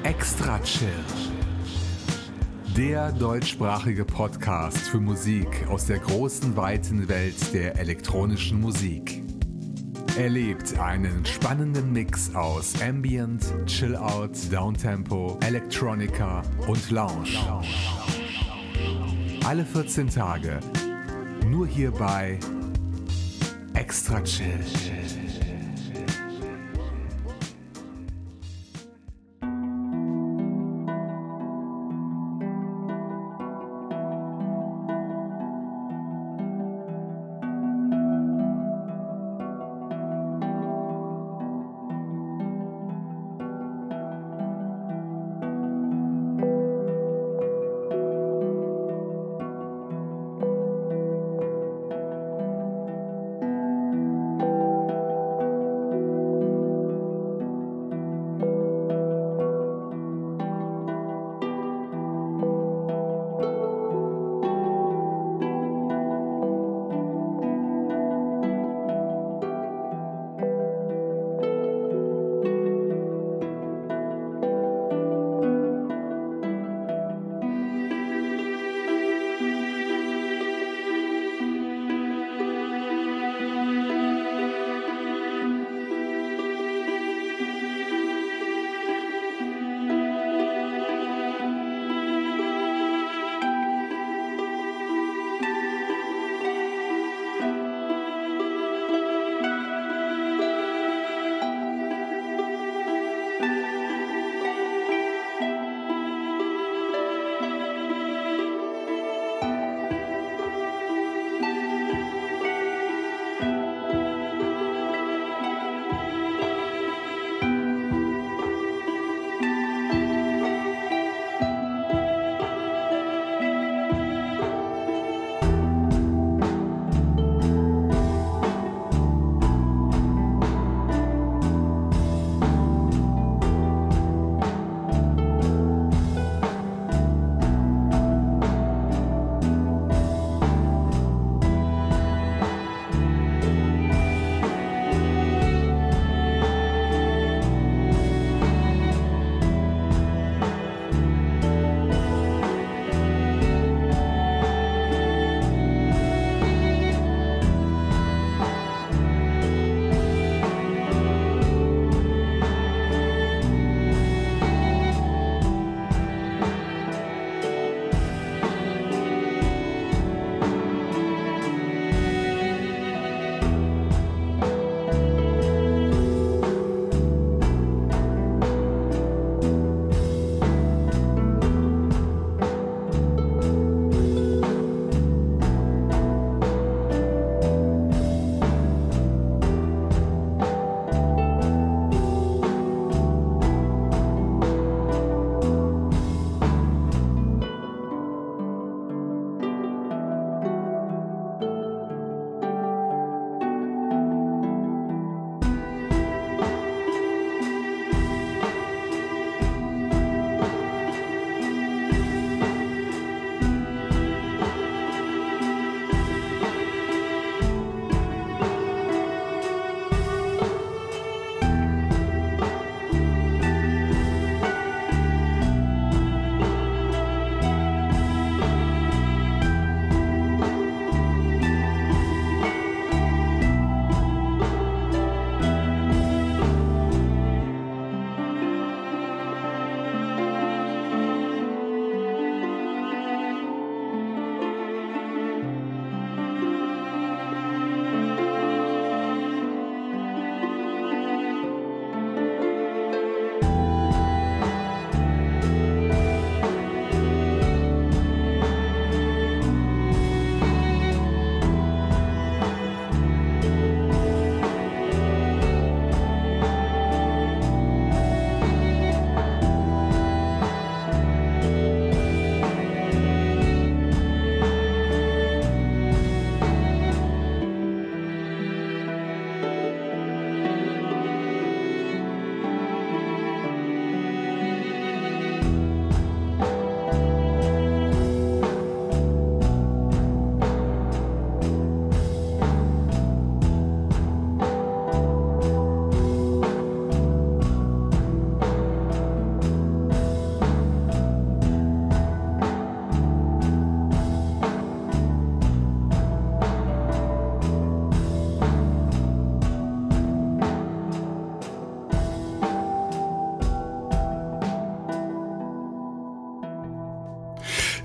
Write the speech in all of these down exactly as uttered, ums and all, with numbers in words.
Extra Chill. Der deutschsprachige Podcast für Musik aus der großen, weiten Welt der elektronischen Musik. Erlebt einen spannenden Mix aus Ambient, Chill-Out, Downtempo, Electronica und Lounge. Alle vierzehn Tage, nur hier bei Extra Chill.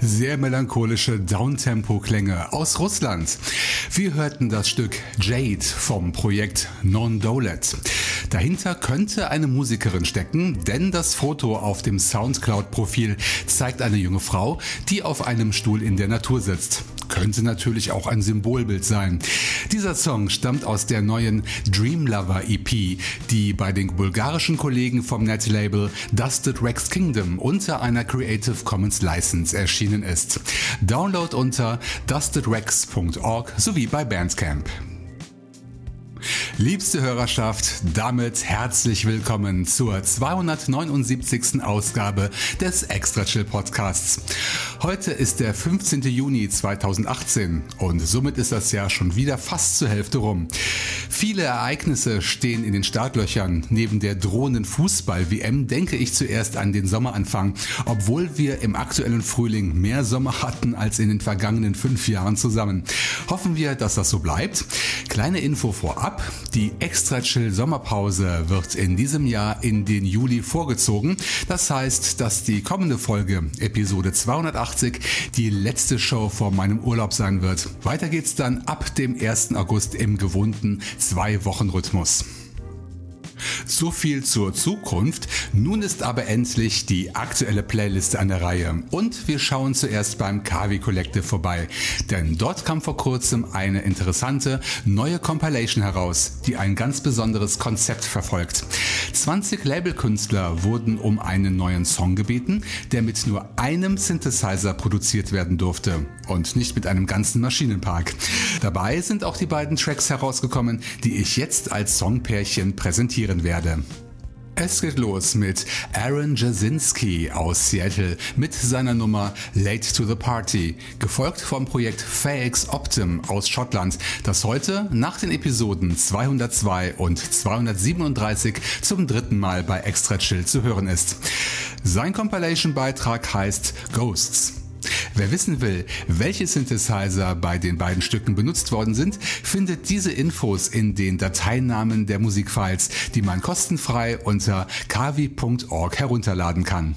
Sehr melancholische Downtempo-Klänge aus Russland. Wir hörten das Stück Jade vom Projekt Non Dolet. Dahinter könnte eine Musikerin stecken, denn das Foto auf dem Soundcloud-Profil zeigt eine junge Frau, die auf einem Stuhl in der Natur sitzt. Könnte natürlich auch ein Symbolbild sein. Dieser Song stammt aus der neuen Dream Lover E P, die bei den bulgarischen Kollegen vom Netlabel Dusted Rex Kingdom unter einer Creative Commons License erschienen ist. Download unter dusted rex punkt org sowie bei Bandcamp. Liebste Hörerschaft, damit herzlich willkommen zur zweihundertneunundsiebzigsten Ausgabe des Extra Chill Podcasts. Heute ist der fünfzehnten Juni zweitausendachtzehn und somit ist das Jahr schon wieder fast zur Hälfte rum. Viele Ereignisse stehen in den Startlöchern. Neben der drohenden Fußball-W M denke ich zuerst an den Sommeranfang, obwohl wir im aktuellen Frühling mehr Sommer hatten als in den vergangenen fünf Jahren zusammen. Hoffen wir, dass das so bleibt. Kleine Info vorab. Die Extra Chill Sommerpause wird in diesem Jahr in den Juli vorgezogen. Das heißt, dass die kommende Folge, Episode zweihundertachtzig, die letzte Show vor meinem Urlaub sein wird. Weiter geht's dann ab dem ersten August im gewohnten Zwei-Wochen-Rhythmus. So viel zur Zukunft. Nun ist aber endlich die aktuelle Playliste an der Reihe. Und wir schauen zuerst beim Kavi Collective vorbei. Denn dort kam vor kurzem eine interessante neue Compilation heraus, die ein ganz besonderes Konzept verfolgt. zwanzig Labelkünstler wurden um einen neuen Song gebeten, der mit nur einem Synthesizer produziert werden durfte und nicht mit einem ganzen Maschinenpark. Dabei sind auch die beiden Tracks herausgekommen, die ich jetzt als Songpärchen präsentieren werde. Es geht los mit Aaron Jasinski aus Seattle mit seiner Nummer Late to the Party, gefolgt vom Projekt Phaex Optim aus Schottland, das heute nach den Episoden zweihundertzwei und zweihundertsiebenunddreißig zum dritten Mal bei Extra Chill zu hören ist. Sein Compilation-Beitrag heißt Ghosts. Wer wissen will, welche Synthesizer bei den beiden Stücken benutzt worden sind, findet diese Infos in den Dateinamen der Musikfiles, die man kostenfrei unter kavi punkt org herunterladen kann.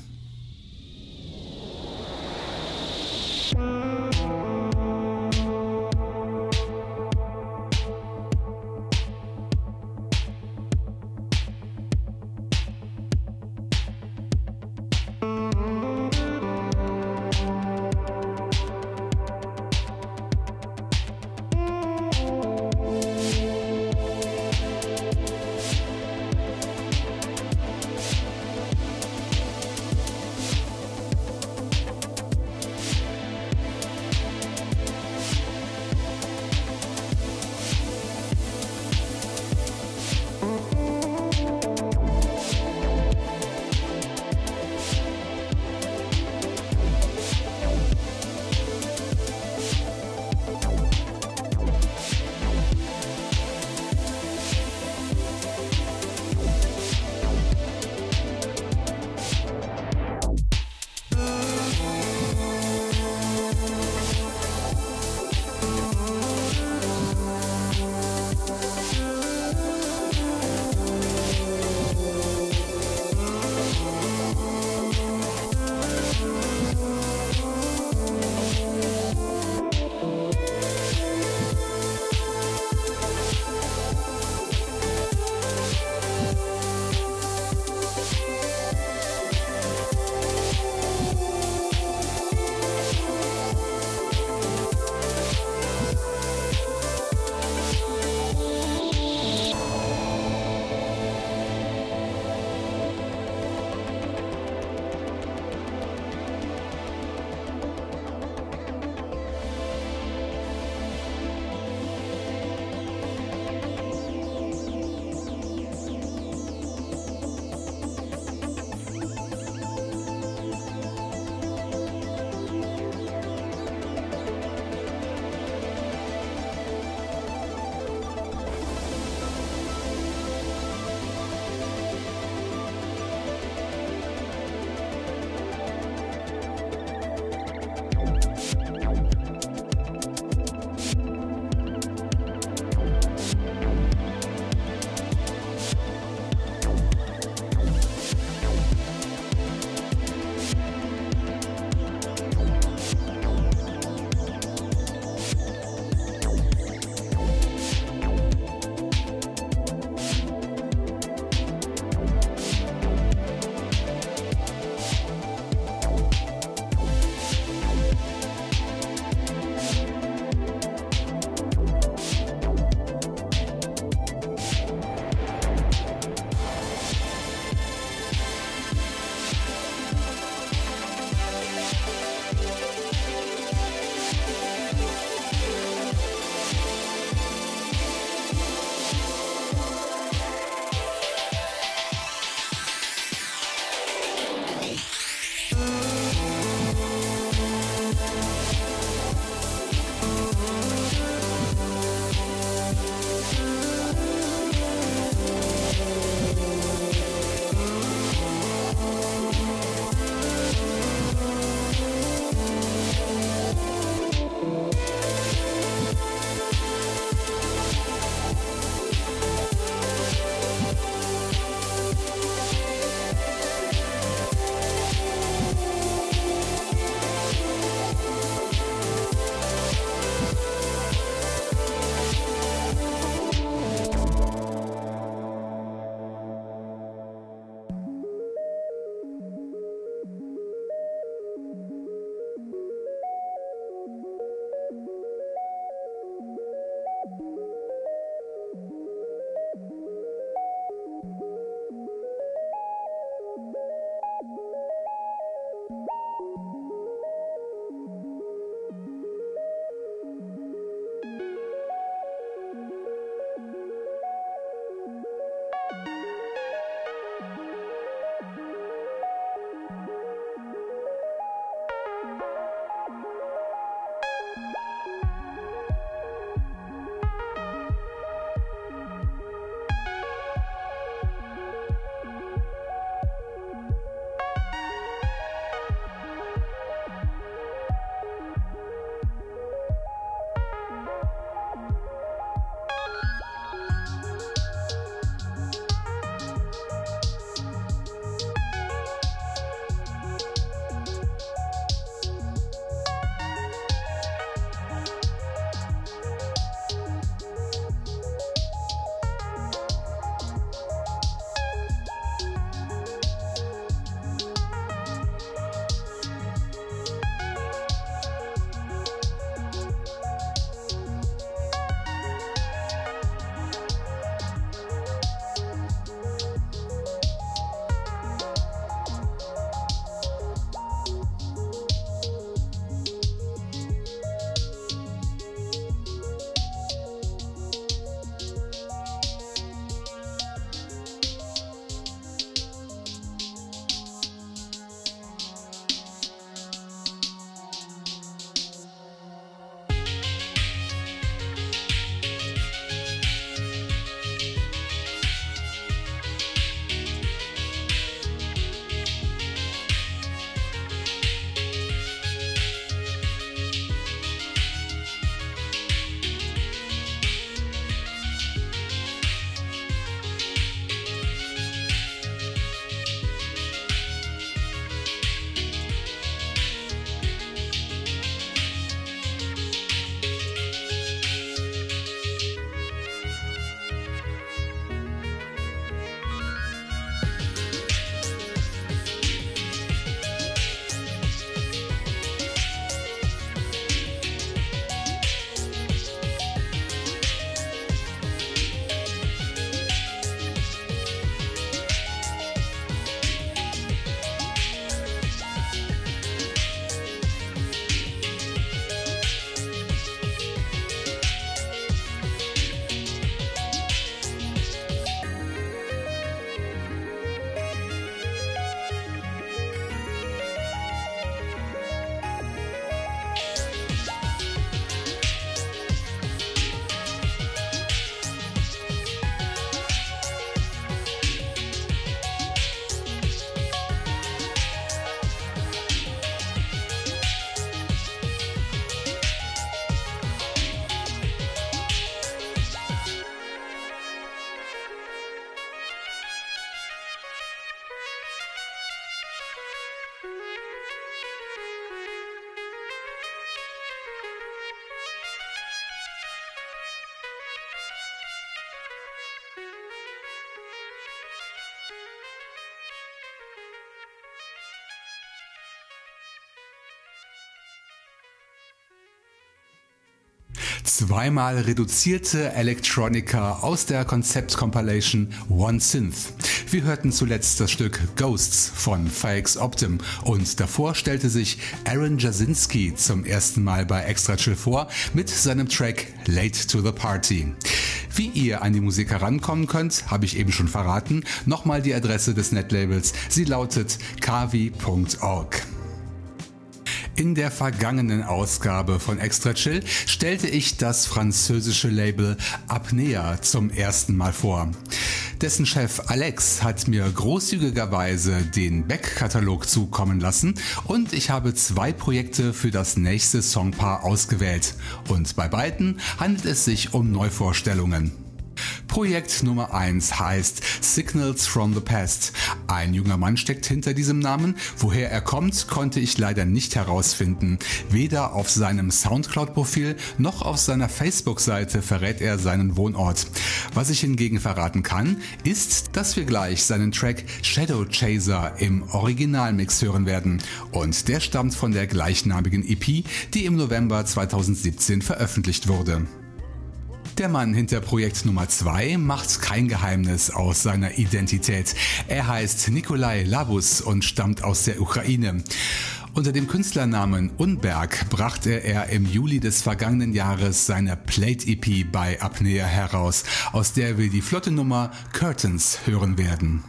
Zweimal reduzierte Electronica aus der Konzept-Compilation One Synth. Wir hörten zuletzt das Stück Ghosts von Phaex Optim und davor stellte sich Aaron Jasinski zum ersten Mal bei Extra Chill vor mit seinem Track Late to the Party. Wie ihr an die Musik herankommen könnt, habe ich eben schon verraten. Nochmal die Adresse des Netlabels, sie lautet kavi punkt org. In der vergangenen Ausgabe von Extra Chill stellte ich das französische Label Apnea zum ersten Mal vor. Dessen Chef Alex hat mir großzügigerweise den Back-Katalog zukommen lassen und ich habe zwei Projekte für das nächste Songpaar ausgewählt. Und bei beiden handelt es sich um Neuvorstellungen. Projekt Nummer eins heißt Signals from the Past. Ein junger Mann steckt hinter diesem Namen. Woher er kommt, konnte ich leider nicht herausfinden. Weder auf seinem Soundcloud-Profil noch auf seiner Facebook-Seite verrät er seinen Wohnort. Was ich hingegen verraten kann, ist, dass wir gleich seinen Track Shadow Chaser im Originalmix hören werden. Und der stammt von der gleichnamigen E P, die im November zweitausendsiebzehn veröffentlicht wurde. Der Mann hinter Projekt Nummer zwei macht kein Geheimnis aus seiner Identität. Er heißt Nikolai Labus und stammt aus der Ukraine. Unter dem Künstlernamen Unberg brachte er im Juli des vergangenen Jahres seine Plate-E P bei Apnea heraus, aus der wir die flotte Nummer Curtains hören werden.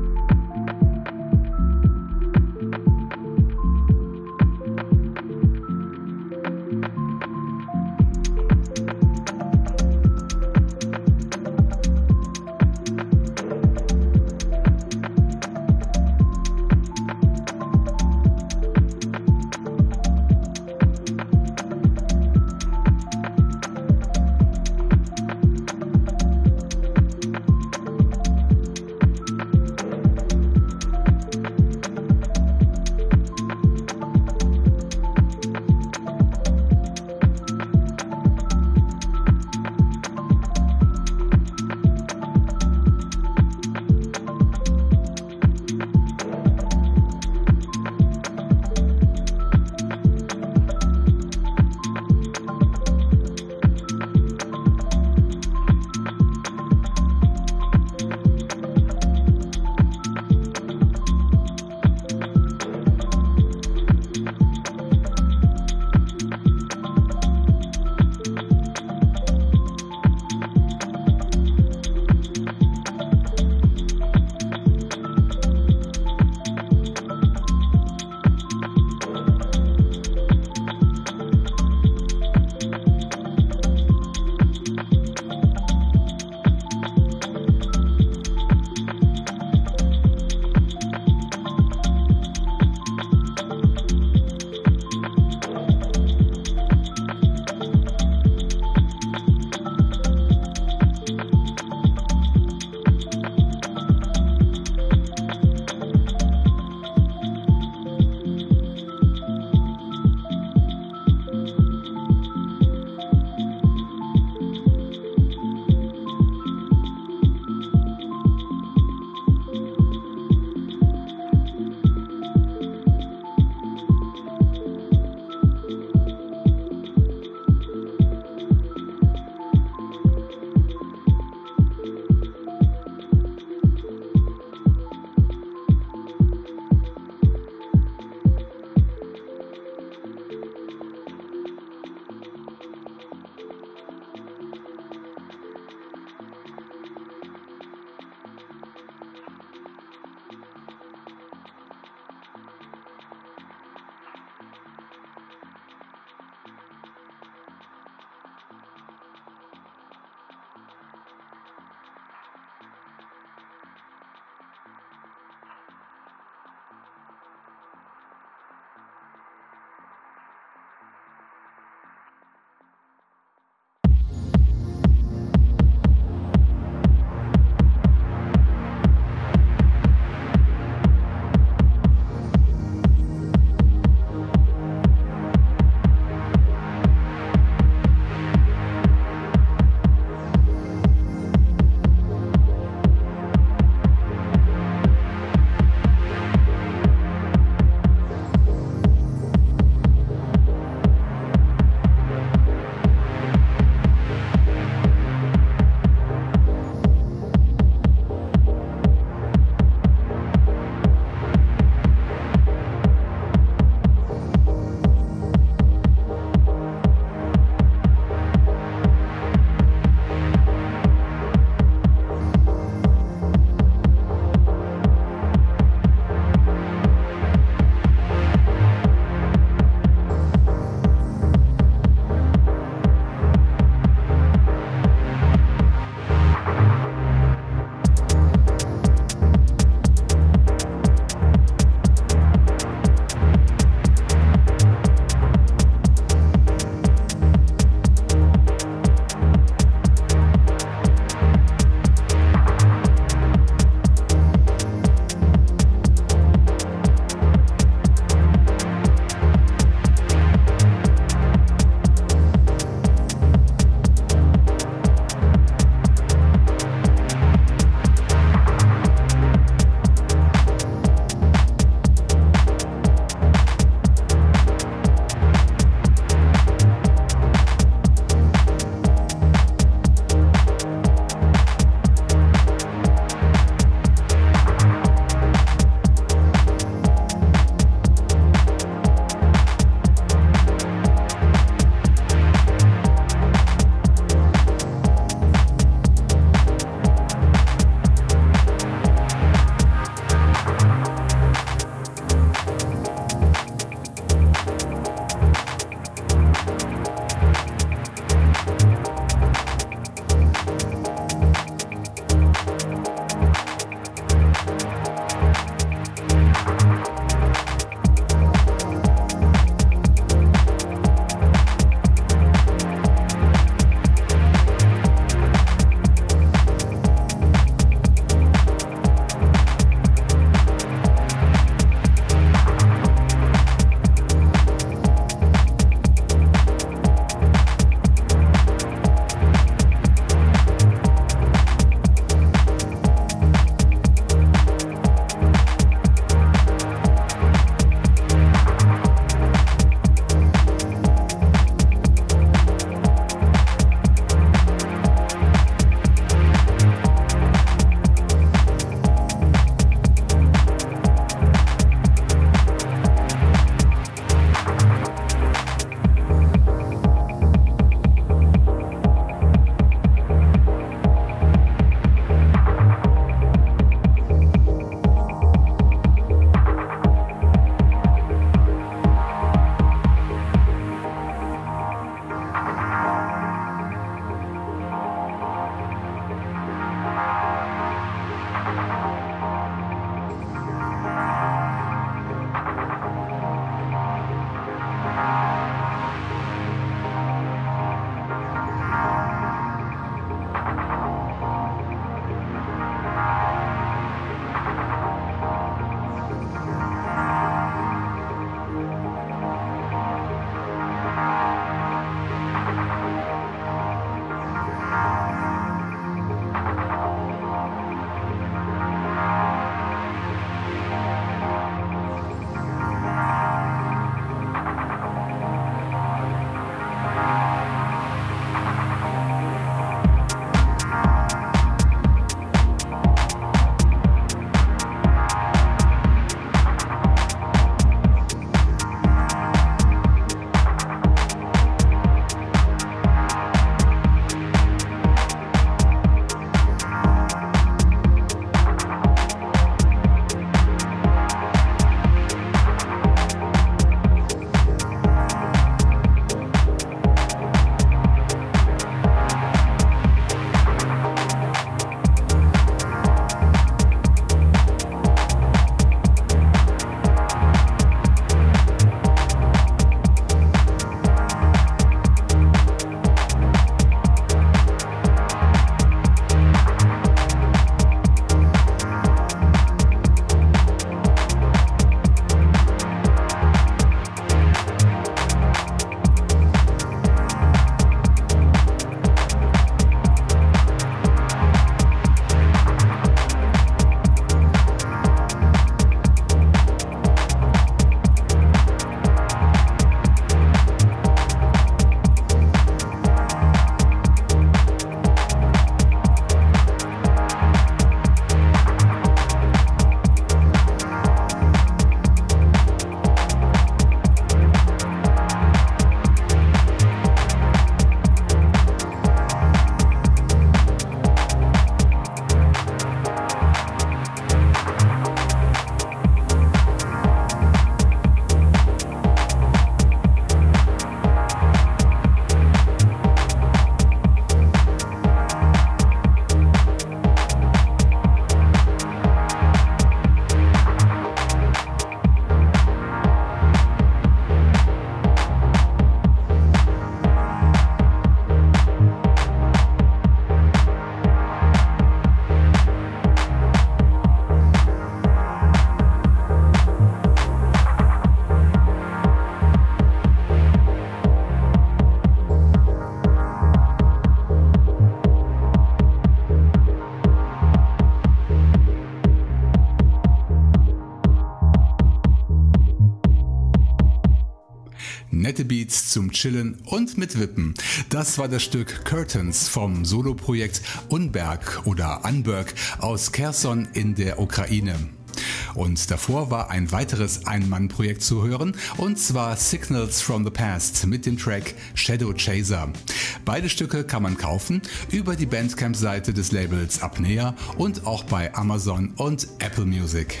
Nette Beats zum Chillen und mit Wippen. Das war das Stück Curtains vom Soloprojekt Unberg oder Unberg aus Cherson in der Ukraine. Und davor war ein weiteres Ein-Mann-Projekt zu hören, und zwar Signals from the Past mit dem Track Shadow Chaser. Beide Stücke kann man kaufen über die Bandcamp-Seite des Labels Apnea und auch bei Amazon und Apple Music.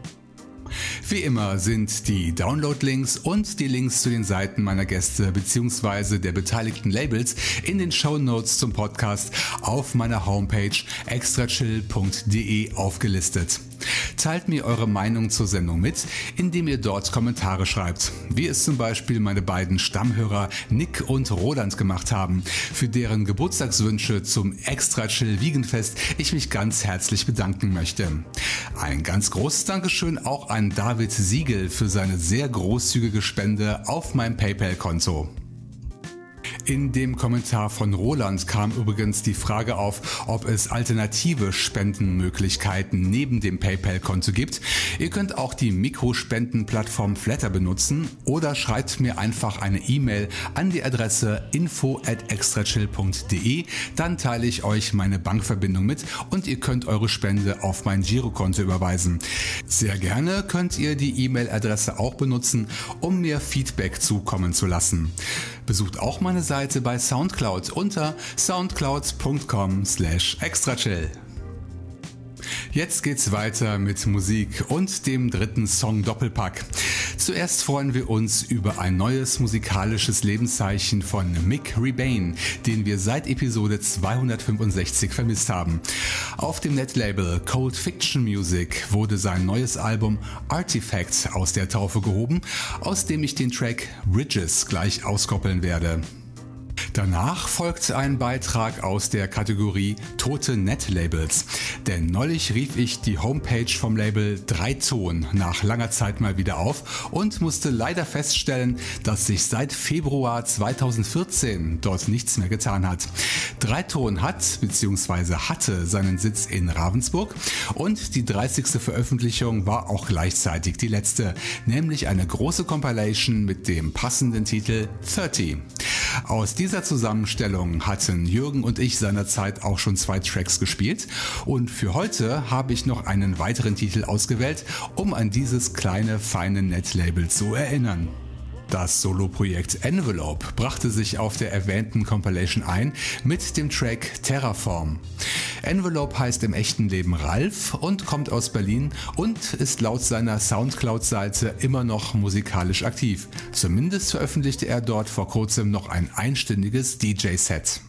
Wie immer sind die Download-Links und die Links zu den Seiten meiner Gäste bzw. der beteiligten Labels in den Shownotes zum Podcast auf meiner Homepage extrachill punkt de aufgelistet. Teilt mir eure Meinung zur Sendung mit, indem ihr dort Kommentare schreibt, wie es zum Beispiel meine beiden Stammhörer Nick und Roland gemacht haben, für deren Geburtstagswünsche zum Extra Chill Wiegenfest ich mich ganz herzlich bedanken möchte. Ein ganz großes Dankeschön auch an David Siegel für seine sehr großzügige Spende auf meinem PayPal-Konto. In dem Kommentar von Roland kam übrigens die Frage auf, ob es alternative Spendenmöglichkeiten neben dem PayPal-Konto gibt. Ihr könnt auch die Mikrospendenplattform Flattr benutzen oder schreibt mir einfach eine E-Mail an die Adresse info at extrachill punkt de. Dann teile ich euch meine Bankverbindung mit und ihr könnt eure Spende auf mein Girokonto überweisen. Sehr gerne könnt ihr die E-Mail-Adresse auch benutzen, um mir Feedback zukommen zu lassen. Besucht auch meine Seite bei Soundcloud unter soundcloud punkt com slash extrachill. Jetzt geht's weiter mit Musik und dem dritten Song Doppelpack. Zuerst freuen wir uns über ein neues musikalisches Lebenszeichen von Mick Rebane, den wir seit Episode zweihundertfünfundsechzig vermisst haben. Auf dem Netlabel Cold Fiction Music wurde sein neues Album Artifact aus der Taufe gehoben, aus dem ich den Track Bridges gleich auskoppeln werde. Danach folgt ein Beitrag aus der Kategorie Tote Netlabels, denn neulich rief ich die Homepage vom Label Dreiton nach langer Zeit mal wieder auf und musste leider feststellen, dass sich seit Februar zweitausendvierzehn dort nichts mehr getan hat. Dreiton hat bzw. hatte seinen Sitz in Ravensburg und die dreißigste Veröffentlichung war auch gleichzeitig die letzte, nämlich eine große Compilation mit dem passenden Titel dreißig. Aus dieser Zusammenstellung hatten Jürgen und ich seinerzeit auch schon zwei Tracks gespielt und für heute habe ich noch einen weiteren Titel ausgewählt, um an dieses kleine, feine Netlabel zu erinnern. Das Soloprojekt Envelope brachte sich auf der erwähnten Compilation ein mit dem Track Terraform. Envelope heißt im echten Leben Ralf und kommt aus Berlin und ist laut seiner Soundcloud-Seite immer noch musikalisch aktiv. Zumindest veröffentlichte er dort vor kurzem noch ein einstündiges D J-Set.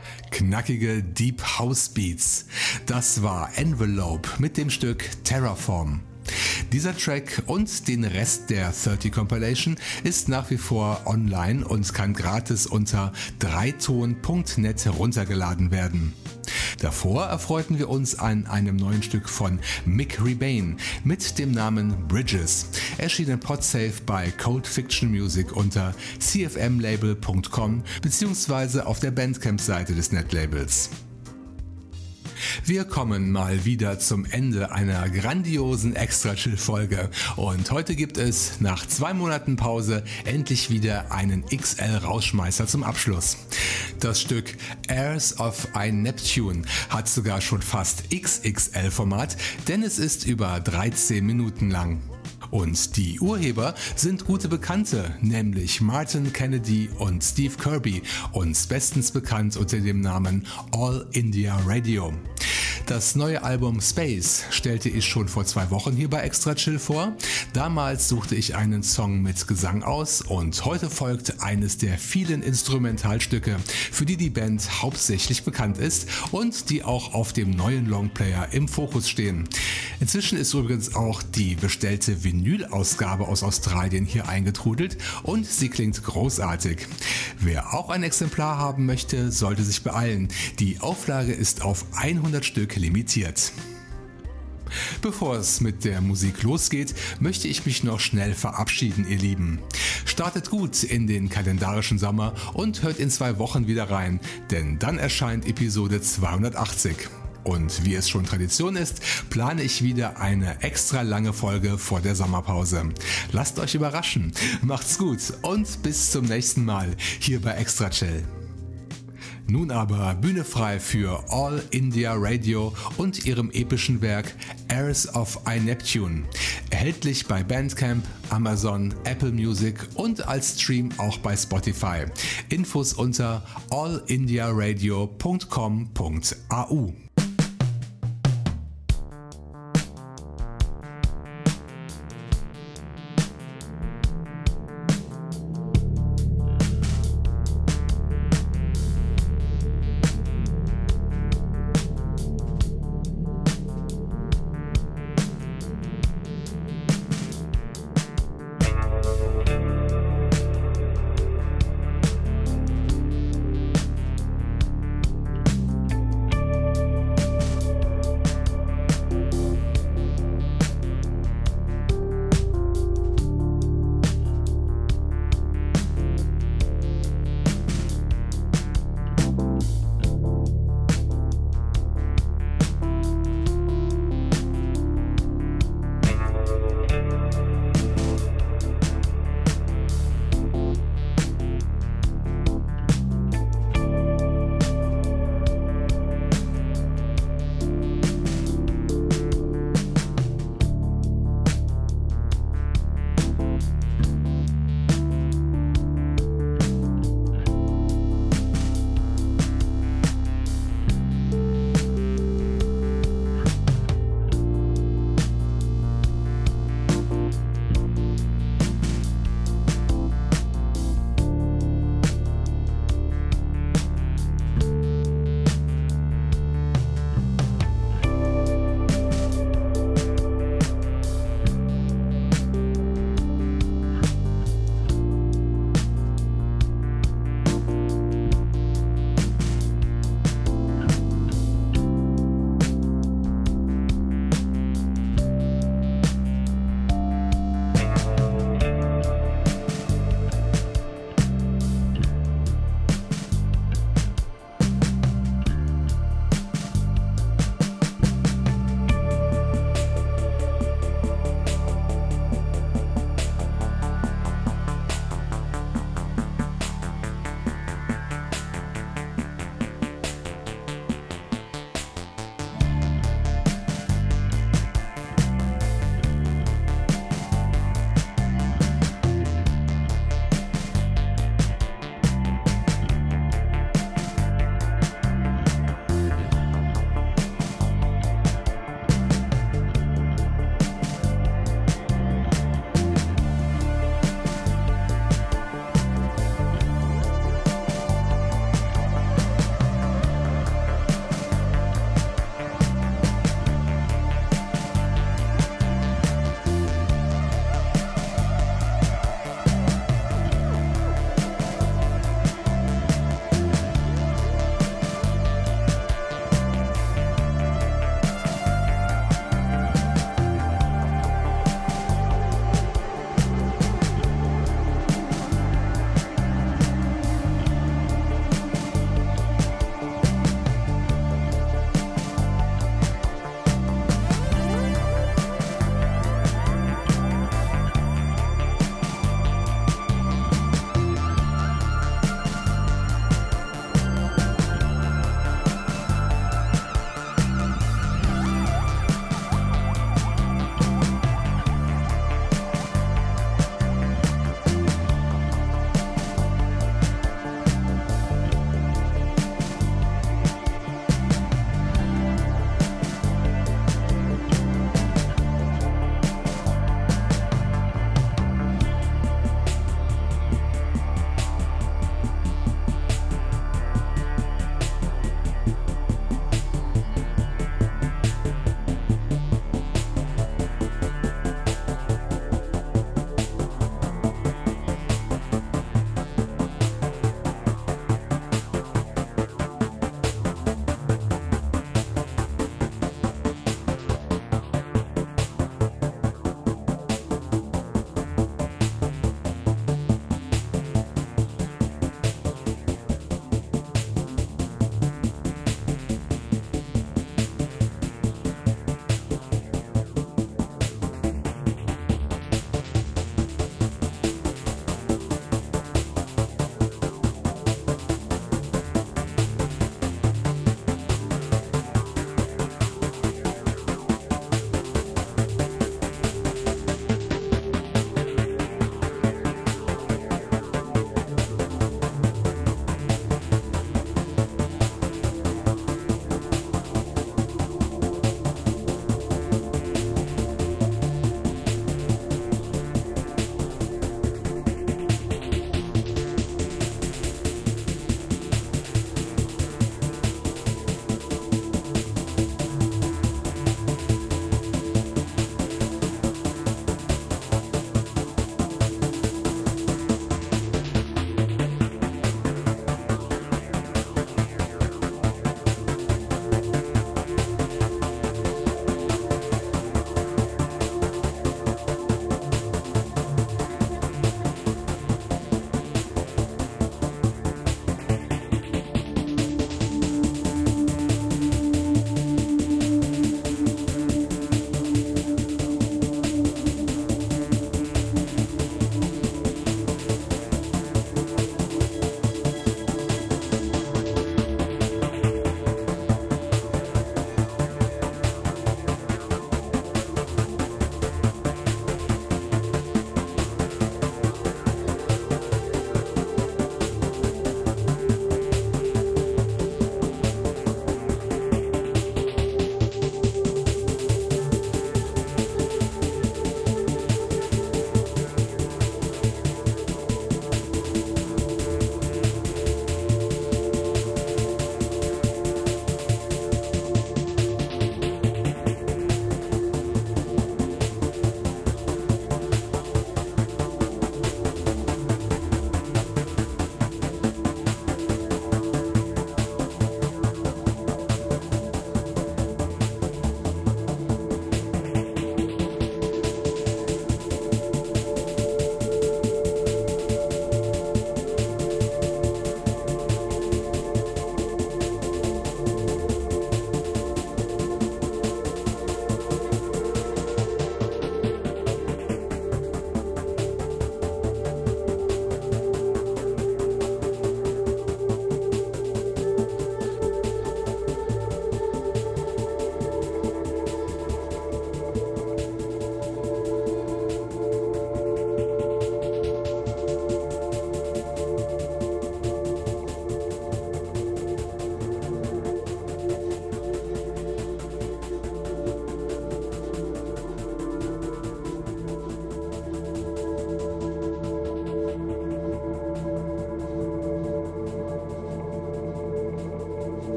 Knackige Deep House Beats. Das war Envelope mit dem Stück Terraform. Dieser Track und den Rest der dreißig Compilation ist nach wie vor online und kann gratis unter dreiton punkt net heruntergeladen werden. Davor erfreuten wir uns an einem neuen Stück von Mick Rebane mit dem Namen Bridges, erschienen Podsafe bei Cold Fiction Music unter c f m label punkt com bzw. auf der Bandcamp-Seite des Netlabels. Wir kommen mal wieder zum Ende einer grandiosen Extra-Chill-Folge und heute gibt es nach zwei Monaten Pause endlich wieder einen X L-Rausschmeißer zum Abschluss. Das Stück Heirs of ein Neptune hat sogar schon fast X X L-Format, denn es ist über dreizehn Minuten lang. Und die Urheber sind gute Bekannte, nämlich Martin Kennedy und Steve Kirby, uns bestens bekannt unter dem Namen All India Radio. Das neue Album Space stellte ich schon vor zwei Wochen hier bei Extra Chill vor. Damals suchte ich einen Song mit Gesang aus und heute folgt eines der vielen Instrumentalstücke, für die die Band hauptsächlich bekannt ist und die auch auf dem neuen Longplayer im Fokus stehen. Inzwischen ist übrigens auch die bestellte Vinyl-Ausgabe aus Australien hier eingetrudelt und sie klingt großartig. Wer auch ein Exemplar haben möchte, sollte sich beeilen. Die Auflage ist auf hundert Stück limitiert. Bevor es mit der Musik losgeht, möchte ich mich noch schnell verabschieden, ihr Lieben. Startet gut in den kalendarischen Sommer und hört in zwei Wochen wieder rein, denn dann erscheint Episode zweihundertachtzig. Und wie es schon Tradition ist, plane ich wieder eine extra lange Folge vor der Sommerpause. Lasst euch überraschen, macht's gut und bis zum nächsten Mal hier bei Extra Chill. Nun aber Bühne frei für All India Radio und ihrem epischen Werk Heirs of ein Neptune. Erhältlich bei Bandcamp, Amazon, Apple Music und als Stream auch bei Spotify. Infos unter all india radio punkt com punkt a u.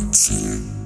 Chill.